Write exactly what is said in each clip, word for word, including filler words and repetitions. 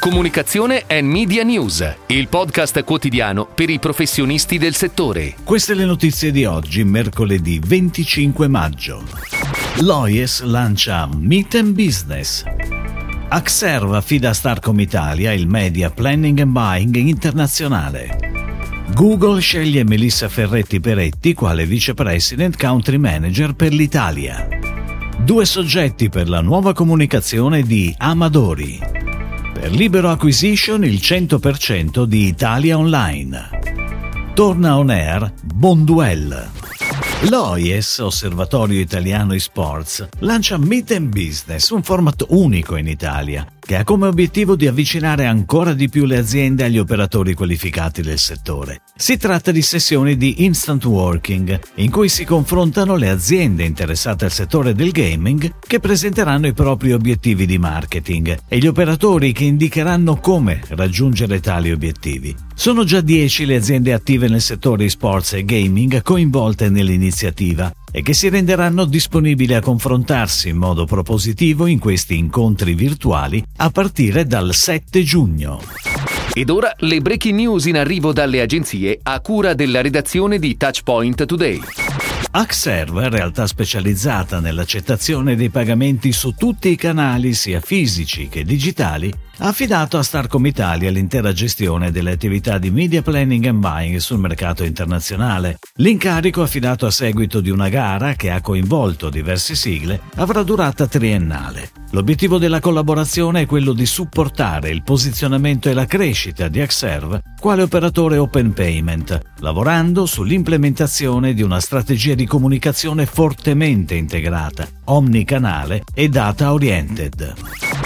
Comunicazione and Media News, il podcast quotidiano per i professionisti del settore. Queste le notizie di oggi, mercoledì venticinque maggio. L'O I E S lancia Meet and Business. Axerve affida a Starcom Italia il Media Planning and Buying internazionale. Google sceglie Melissa Ferretti Peretti quale Vice President Country Manager per l'Italia. Due soggetti per la nuova comunicazione di Amadori. Per Libero Acquisition il cento per cento di Italia Online. Torna on air Bonduelle. L'O I E S, Osservatorio Italiano eSports, lancia Meet and Business, un format unico in Italia, che ha come obiettivo di avvicinare ancora di più le aziende agli operatori qualificati del settore. Si tratta di sessioni di instant working, in cui si confrontano le aziende interessate al settore del gaming che presenteranno i propri obiettivi di marketing e gli operatori che indicheranno come raggiungere tali obiettivi. Sono già dieci le aziende attive nel settore eSports e gaming coinvolte nell'iniziativa e che si renderanno disponibili a confrontarsi in modo propositivo in questi incontri virtuali a partire dal sette giugno. Ed ora le breaking news in arrivo dalle agenzie a cura della redazione di Touchpoint Today. Axerve, realtà specializzata nell'accettazione dei pagamenti su tutti i canali sia fisici che digitali, ha affidato a Starcom Italia l'intera gestione delle attività di media planning and buying sul mercato internazionale. L'incarico, affidato a seguito di una gara che ha coinvolto diverse sigle, avrà durata triennale. L'obiettivo della collaborazione è quello di supportare il posizionamento e la crescita di Axerve quale operatore open payment, lavorando sull'implementazione di una strategia di comunicazione fortemente integrata, omnicanale e data oriented.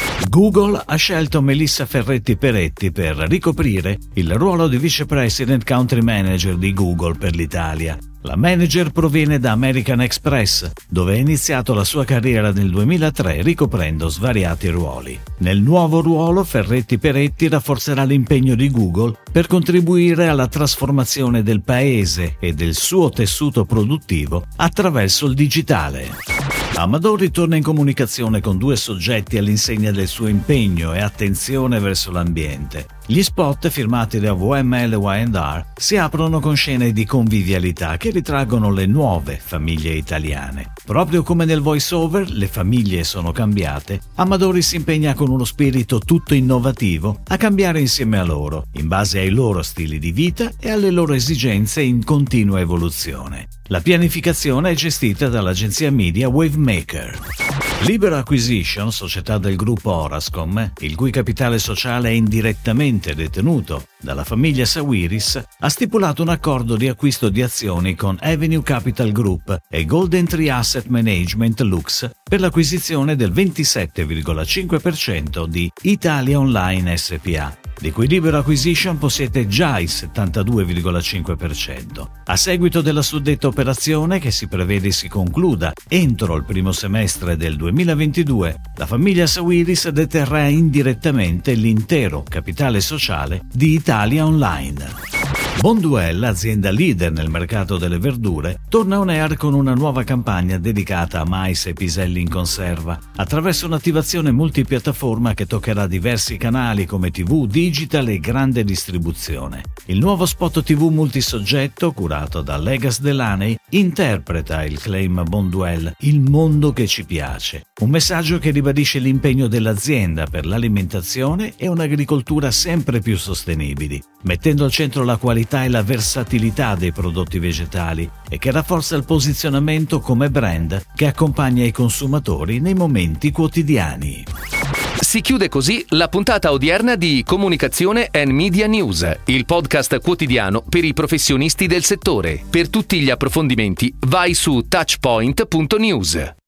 Google ha scelto Melissa Ferretti Peretti per ricoprire il ruolo di Vice President Country Manager di Google per l'Italia. La manager proviene da American Express, dove ha iniziato la sua carriera nel duemilatré ricoprendo svariati ruoli. Nel nuovo ruolo Ferretti Peretti rafforzerà l'impegno di Google per contribuire alla trasformazione del paese e del suo tessuto produttivo attraverso il digitale. Amadori torna in comunicazione con due soggetti all'insegna del suo impegno e attenzione verso l'ambiente. Gli spot firmati da V M L Y and R si aprono con scene di convivialità che ritraggono le nuove famiglie italiane. Proprio come nel voice-over le famiglie sono cambiate, Amadori si impegna con uno spirito tutto innovativo a cambiare insieme a loro, in base ai loro stili di vita e alle loro esigenze in continua evoluzione. La pianificazione è gestita dall'agenzia media Wavemaker. Libero Acquisition, società del gruppo Orascom, il cui capitale sociale è indirettamente detenuto dalla famiglia Sawiris, ha stipulato un accordo di acquisto di azioni con Avenue Capital Group e Golden Tree Asset Management Lux per l'acquisizione del ventisette virgola cinque per cento di Italia Online S P A, di cui Libero Acquisition possiede già il settantadue virgola cinque per cento. A seguito della suddetta operazione, che si prevede si concluda entro il primo semestre del duemilaventidue, la famiglia Sawiris deterrà indirettamente l'intero capitale sociale di Italia Online. Bonduelle, azienda leader nel mercato delle verdure, torna on air con una nuova campagna dedicata a mais e piselli in conserva, attraverso un'attivazione multipiattaforma che toccherà diversi canali come tivù, digital e grande distribuzione. Il nuovo spot tivù multisoggetto, curato da Legas Delaney, interpreta il claim Bonduelle, il mondo che ci piace. Un messaggio che ribadisce l'impegno dell'azienda per l'alimentazione e un'agricoltura sempre più sostenibili, mettendo al centro la qualità e la versatilità dei prodotti vegetali e che rafforza il posizionamento come brand che accompagna i consumatori nei momenti quotidiani. Si chiude così la puntata odierna di Comunicazione and Media News, il podcast quotidiano per i professionisti del settore. Per tutti gli approfondimenti vai su touchpoint punto news.